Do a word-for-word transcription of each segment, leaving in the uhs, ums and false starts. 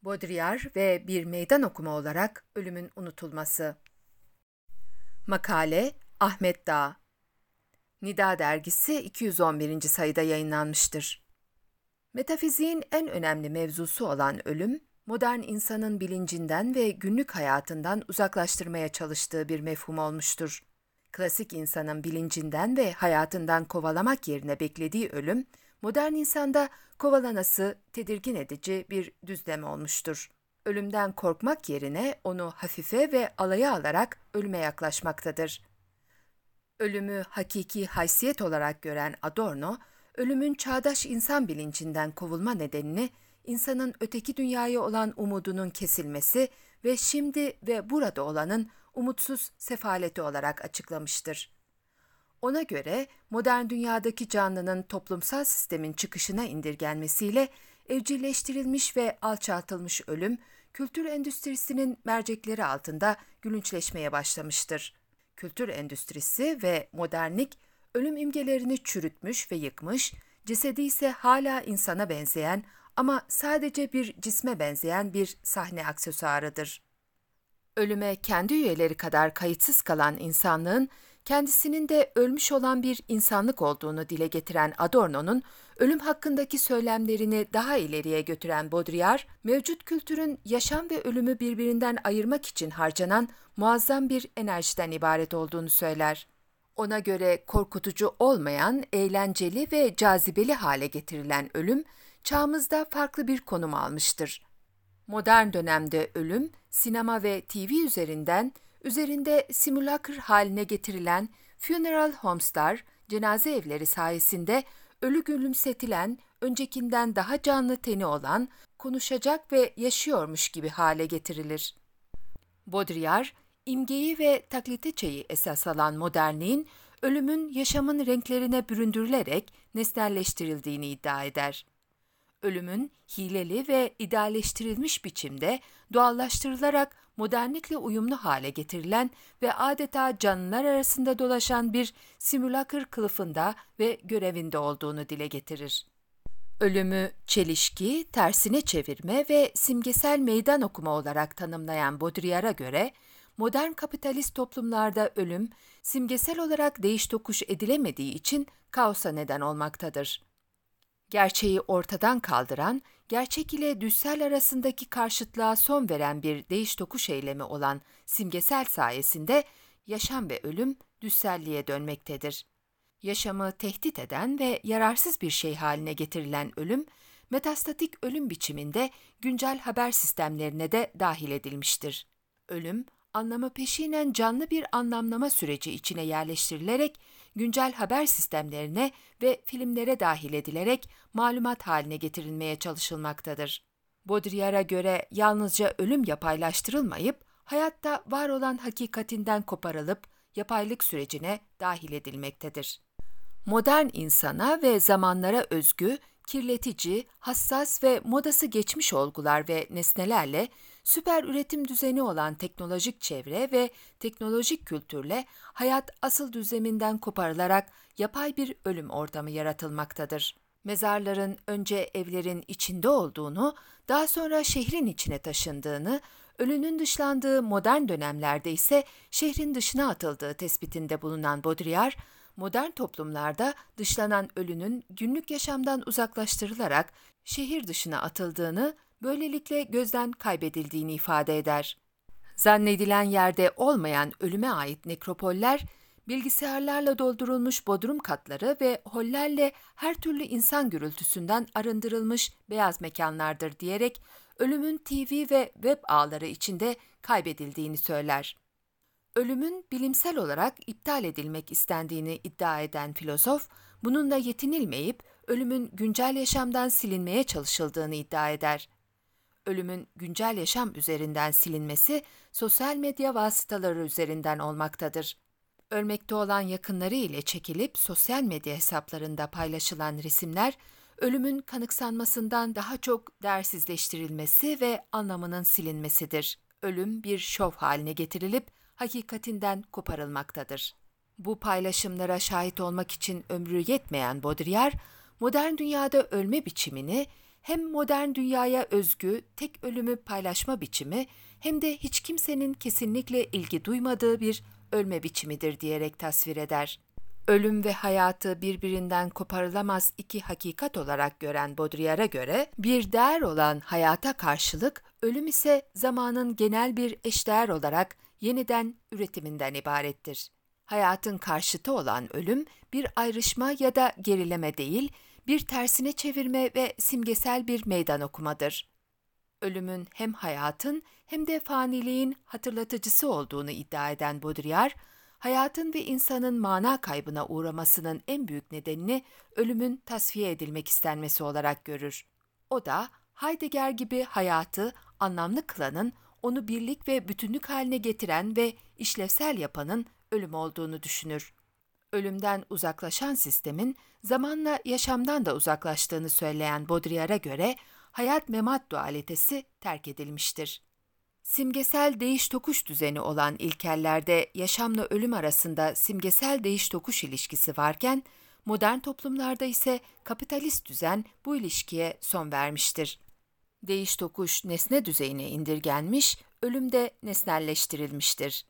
Baudrillard ve bir meydan okuma olarak ölümün unutulması. Makale Ahmet Dağ. Nida dergisi iki yüz on birinci sayıda yayınlanmıştır. Metafiziğin en önemli mevzusu olan ölüm, modern insanın bilincinden ve günlük hayatından uzaklaştırmaya çalıştığı bir mefhum olmuştur. Klasik insanın bilincinden ve hayatından kovalamak yerine beklediği ölüm, modern insanda kovalanası, tedirgin edici bir düzlem olmuştur. Ölümden korkmak yerine onu hafife ve alaya alarak ölüme yaklaşmaktadır. Ölümü hakiki haysiyet olarak gören Adorno, ölümün çağdaş insan bilincinden kovulma nedenini, insanın öteki dünyaya olan umudunun kesilmesi ve şimdi ve burada olanın umutsuz sefaleti olarak açıklamıştır. Ona göre modern dünyadaki canlının toplumsal sistemin çıkışına indirgenmesiyle evcilleştirilmiş ve alçaltılmış ölüm, kültür endüstrisinin mercekleri altında gülünçleşmeye başlamıştır. Kültür endüstrisi ve modernlik, ölüm imgelerini çürütmüş ve yıkmış, cesedi ise hala insana benzeyen ama sadece bir cisme benzeyen bir sahne aksesuarıdır. Ölüme kendi üyeleri kadar kayıtsız kalan insanlığın, kendisinin de ölmüş olan bir insanlık olduğunu dile getiren Adorno'nun, ölüm hakkındaki söylemlerini daha ileriye götüren Baudrillard, mevcut kültürün yaşam ve ölümü birbirinden ayırmak için harcanan muazzam bir enerjiden ibaret olduğunu söyler. Ona göre korkutucu olmayan, eğlenceli ve cazibeli hale getirilen ölüm, çağımızda farklı bir konum almıştır. Modern dönemde ölüm, sinema ve T V üzerinden, üzerinde simülakr haline getirilen funeral homes'lar, cenaze evleri sayesinde ölü gülümsetilen, öncekinden daha canlı teni olan, konuşacak ve yaşıyormuş gibi hale getirilir. Baudrillard, imgeyi ve taklitçeyi esas alan modernliğin, ölümün yaşamın renklerine büründürülerek nesnelleştirildiğini iddia eder. Ölümün hileli ve idealleştirilmiş biçimde doğallaştırılarak modernlikle uyumlu hale getirilen ve adeta canlılar arasında dolaşan bir simülakr kılıfında ve görevinde olduğunu dile getirir. Ölümü çelişki, tersine çevirme ve simgesel meydan okuma olarak tanımlayan Baudrillard'a göre, modern kapitalist toplumlarda ölüm, simgesel olarak değiş tokuş edilemediği için kaosa neden olmaktadır. Gerçeği ortadan kaldıran, gerçek ile düşsel arasındaki karşıtlığa son veren bir değiş tokuş eylemi olan simgesel sayesinde yaşam ve ölüm düşselliğe dönmektedir. Yaşamı tehdit eden ve yararsız bir şey haline getirilen ölüm, metastatik ölüm biçiminde güncel haber sistemlerine de dahil edilmiştir. Ölüm, anlamı peşinen canlı bir anlamlama süreci içine yerleştirilerek, güncel haber sistemlerine ve filmlere dahil edilerek malumat haline getirilmeye çalışılmaktadır. Baudrillard'a göre yalnızca ölüm yapaylaştırılmayıp, hayatta var olan hakikatinden koparılıp yapaylık sürecine dahil edilmektedir. Modern insana ve zamanlara özgü, kirletici, hassas ve modası geçmiş olgular ve nesnelerle süper üretim düzeni olan teknolojik çevre ve teknolojik kültürle hayat asıl düzleminden koparılarak yapay bir ölüm ortamı yaratılmaktadır. Mezarların önce evlerin içinde olduğunu, daha sonra şehrin içine taşındığını, ölünün dışlandığı modern dönemlerde ise şehrin dışına atıldığı tespitinde bulunan Baudrillard, modern toplumlarda dışlanan ölünün günlük yaşamdan uzaklaştırılarak şehir dışına atıldığını, böylelikle gözden kaybedildiğini ifade eder. Zannedilen yerde olmayan ölüme ait nekropoller, bilgisayarlarla doldurulmuş bodrum katları ve hollerle her türlü insan gürültüsünden arındırılmış beyaz mekanlardır diyerek ölümün T V ve web ağları içinde kaybedildiğini söyler. Ölümün bilimsel olarak iptal edilmek istendiğini iddia eden filozof, bununla yetinilmeyip ölümün güncel yaşamdan silinmeye çalışıldığını iddia eder. Ölümün güncel yaşam üzerinden silinmesi, sosyal medya vasıtaları üzerinden olmaktadır. Ölmekte olan yakınları ile çekilip sosyal medya hesaplarında paylaşılan resimler, ölümün kanıksanmasından daha çok değersizleştirilmesi ve anlamının silinmesidir. Ölüm bir şov haline getirilip hakikatinden koparılmaktadır. Bu paylaşımlara şahit olmak için ömrü yetmeyen Baudrillard, modern dünyada ölme biçimini hem modern dünyaya özgü tek ölümü paylaşma biçimi hem de hiç kimsenin kesinlikle ilgi duymadığı bir ölme biçimidir diyerek tasvir eder. Ölüm ve hayatı birbirinden koparılamaz iki hakikat olarak gören Baudrillard'a göre bir değer olan hayata karşılık ölüm ise zamanın genel bir eşdeğer olarak yeniden üretiminden ibarettir. Hayatın karşıtı olan ölüm bir ayrışma ya da gerileme değil, bir tersine çevirme ve simgesel bir meydan okumadır. Ölümün hem hayatın hem de faniliğin hatırlatıcısı olduğunu iddia eden Baudrillard, hayatın ve insanın mana kaybına uğramasının en büyük nedenini ölümün tasfiye edilmek istenmesi olarak görür. O da Heidegger gibi hayatı anlamlı kılanın, onu birlik ve bütünlük haline getiren ve işlevsel yapanın ölüm olduğunu düşünür. Ölümden uzaklaşan sistemin zamanla yaşamdan da uzaklaştığını söyleyen Baudrillard'a göre hayat-memat dualitesi terk edilmiştir. Simgesel değiş-tokuş düzeni olan ilkellerde yaşamla ölüm arasında simgesel değiş-tokuş ilişkisi varken, modern toplumlarda ise kapitalist düzen bu ilişkiye son vermiştir. Değiş-tokuş nesne düzeyine indirgenmiş, ölüm de nesnelleştirilmiştir.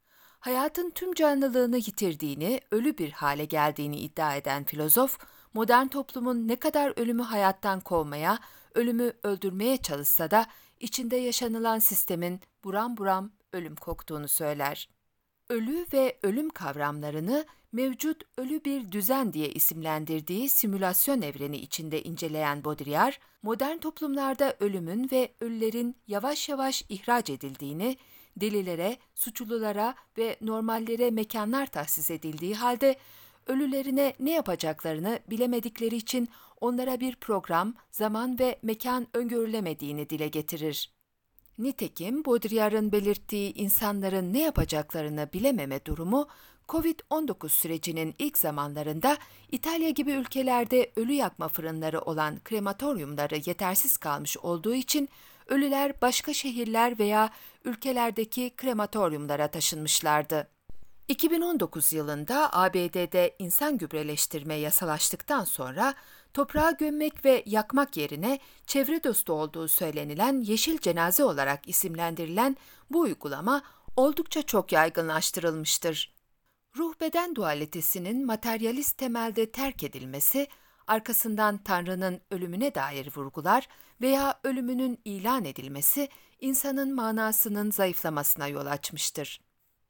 Hayatın tüm canlılığını yitirdiğini, ölü bir hale geldiğini iddia eden filozof, modern toplumun ne kadar ölümü hayattan kovmaya, ölümü öldürmeye çalışsa da içinde yaşanılan sistemin buram buram ölüm koktuğunu söyler. Ölü ve ölüm kavramlarını mevcut ölü bir düzen diye isimlendirdiği simülasyon evreni içinde inceleyen Baudrillard, modern toplumlarda ölümün ve ölülerin yavaş yavaş ihraç edildiğini, delilere, suçlulara ve normallere mekanlar tahsis edildiği halde ölülerine ne yapacaklarını bilemedikleri için onlara bir program, zaman ve mekan öngörülemediğini dile getirir. Nitekim Baudrillard'ın belirttiği insanların ne yapacaklarını bilememe durumu, kovid on dokuz sürecinin ilk zamanlarında İtalya gibi ülkelerde ölü yakma fırınları olan krematoryumları yetersiz kalmış olduğu için ölüler başka şehirler veya ülkelerdeki krematoryumlara taşınmışlardı. iki bin on dokuz yılında A B D'de insan gübreleştirme yasalaştıktan sonra toprağa gömmek ve yakmak yerine çevre dostu olduğu söylenilen yeşil cenaze olarak isimlendirilen bu uygulama oldukça çok yaygınlaştırılmıştır. Ruh-beden dualitesinin materyalist temelde terk edilmesi, arkasından Tanrı'nın ölümüne dair vurgular veya ölümünün ilan edilmesi insanın manasının zayıflamasına yol açmıştır.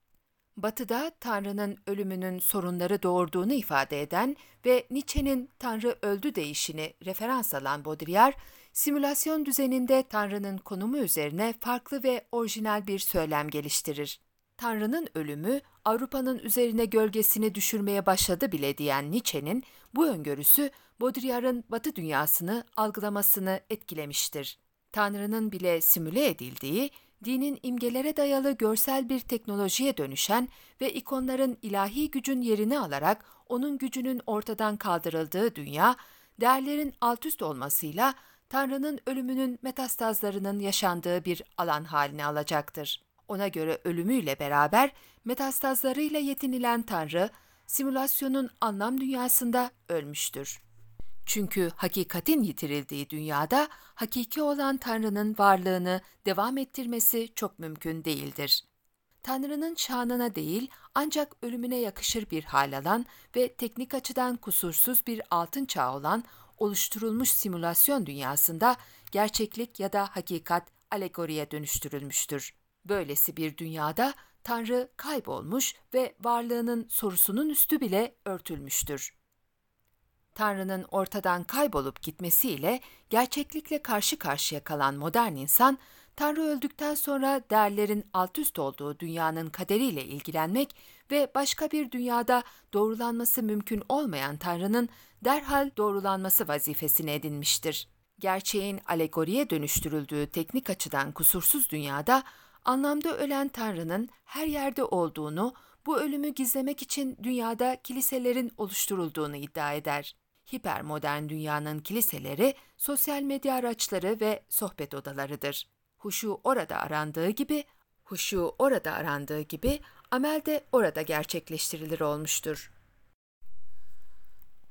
Batı'da Tanrı'nın ölümünün sorunları doğurduğunu ifade eden ve Nietzsche'nin Tanrı öldü deyişini referans alan Baudrillard, simülasyon düzeninde Tanrı'nın konumu üzerine farklı ve orijinal bir söylem geliştirir. Tanrı'nın ölümü Avrupa'nın üzerine gölgesini düşürmeye başladı bile diyen Nietzsche'nin bu öngörüsü Baudrillard'ın Batı dünyasını algılamasını etkilemiştir. Tanrı'nın bile simüle edildiği, dinin imgelere dayalı görsel bir teknolojiye dönüşen ve ikonların ilahi gücün yerini alarak onun gücünün ortadan kaldırıldığı dünya, değerlerin altüst olmasıyla Tanrı'nın ölümünün metastazlarının yaşandığı bir alan haline alacaktır. Ona göre ölümüyle beraber metastazlarıyla yetinilen Tanrı, simülasyonun anlam dünyasında ölmüştür. Çünkü hakikatin yitirildiği dünyada hakiki olan Tanrı'nın varlığını devam ettirmesi çok mümkün değildir. Tanrı'nın şanına değil ancak ölümüne yakışır bir hal alan ve teknik açıdan kusursuz bir altın çağı olan oluşturulmuş simülasyon dünyasında gerçeklik ya da hakikat alegoriye dönüştürülmüştür. Böylesi bir dünyada Tanrı kaybolmuş ve varlığının sorusunun üstü bile örtülmüştür. Tanrı'nın ortadan kaybolup gitmesiyle gerçeklikle karşı karşıya kalan modern insan, Tanrı öldükten sonra değerlerin altüst olduğu dünyanın kaderiyle ilgilenmek ve başka bir dünyada doğrulanması mümkün olmayan Tanrı'nın derhal doğrulanması vazifesini edinmiştir. Gerçeğin alegoriye dönüştürüldüğü teknik açıdan kusursuz dünyada, anlamda ölen Tanrı'nın her yerde olduğunu, bu ölümü gizlemek için dünyada kiliselerin oluşturulduğunu iddia eder. Hipermodern dünyanın kiliseleri, sosyal medya araçları ve sohbet odalarıdır. Huşu orada arandığı gibi, huşu orada arandığı gibi, amel de orada gerçekleştirilir olmuştur.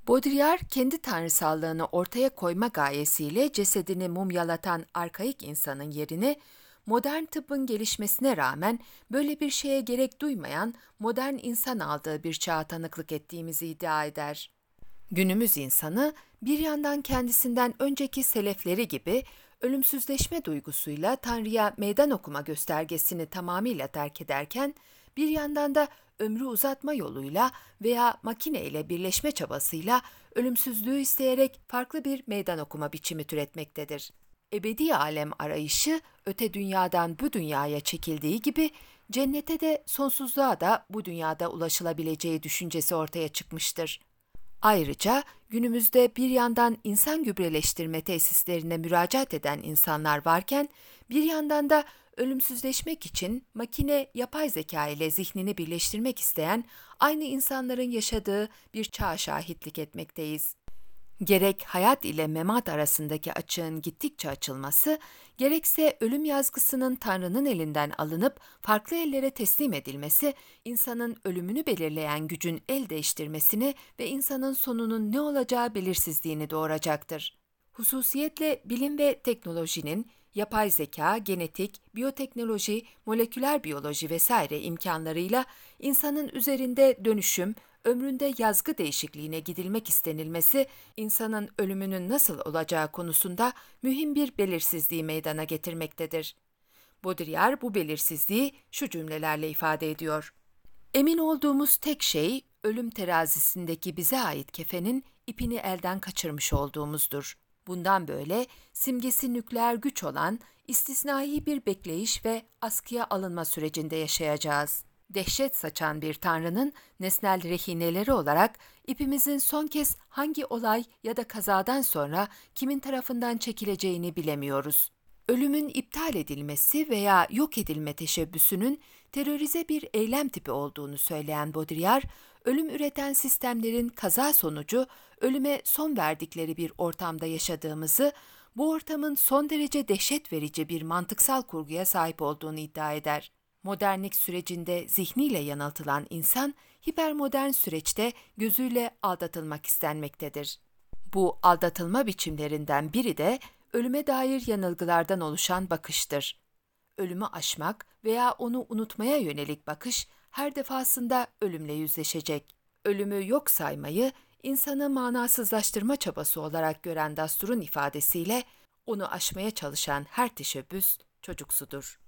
Baudrillard, kendi tanrısallığını ortaya koyma gayesiyle cesedini mumyalatan arkaik insanın yerini, modern tıbbın gelişmesine rağmen böyle bir şeye gerek duymayan modern insan aldığı bir çağa tanıklık ettiğimizi iddia eder. Günümüz insanı, bir yandan kendisinden önceki selefleri gibi ölümsüzleşme duygusuyla Tanrı'ya meydan okuma göstergesini tamamıyla terk ederken, bir yandan da ömrü uzatma yoluyla veya makine ile birleşme çabasıyla ölümsüzlüğü isteyerek farklı bir meydan okuma biçimi türetmektedir. Ebedi alem arayışı, öte dünyadan bu dünyaya çekildiği gibi, cennete de sonsuzluğa da bu dünyada ulaşılabileceği düşüncesi ortaya çıkmıştır. Ayrıca günümüzde bir yandan insan gübreleştirme tesislerine müracaat eden insanlar varken, bir yandan da ölümsüzleşmek için makine, yapay zeka ile zihnini birleştirmek isteyen aynı insanların yaşadığı bir çağa şahitlik etmekteyiz. Gerek hayat ile memat arasındaki açığın gittikçe açılması, gerekse ölüm yazgısının Tanrı'nın elinden alınıp farklı ellere teslim edilmesi, insanın ölümünü belirleyen gücün el değiştirmesini ve insanın sonunun ne olacağı belirsizliğini doğuracaktır. Hususiyetle bilim ve teknolojinin, yapay zeka, genetik, biyoteknoloji, moleküler biyoloji vesaire imkanlarıyla insanın üzerinde dönüşüm, ömründe yazgı değişikliğine gidilmek istenilmesi, insanın ölümünün nasıl olacağı konusunda mühim bir belirsizliği meydana getirmektedir. Baudrillard bu belirsizliği şu cümlelerle ifade ediyor: "Emin olduğumuz tek şey, ölüm terazisindeki bize ait kefenin ipini elden kaçırmış olduğumuzdur. Bundan böyle simgesi nükleer güç olan istisnai bir bekleyiş ve askıya alınma sürecinde yaşayacağız. Dehşet saçan bir tanrının nesnel rehineleri olarak ipimizin son kez hangi olay ya da kazadan sonra kimin tarafından çekileceğini bilemiyoruz. Ölümün iptal edilmesi veya yok edilme teşebbüsünün terörize bir eylem tipi olduğunu söyleyen Baudrillard, ölüm üreten sistemlerin kaza sonucu ölüme son verdikleri bir ortamda yaşadığımızı, bu ortamın son derece dehşet verici bir mantıksal kurguya sahip olduğunu iddia eder. Modernlik sürecinde zihniyle yanıltılan insan, hipermodern süreçte gözüyle aldatılmak istenmektedir. Bu aldatılma biçimlerinden biri de ölüme dair yanılgılardan oluşan bakıştır. Ölümü aşmak veya onu unutmaya yönelik bakış her defasında ölümle yüzleşecek. Ölümü yok saymayı insanı manasızlaştırma çabası olarak gören Dastur'un ifadesiyle onu aşmaya çalışan her teşebbüs çocuksudur."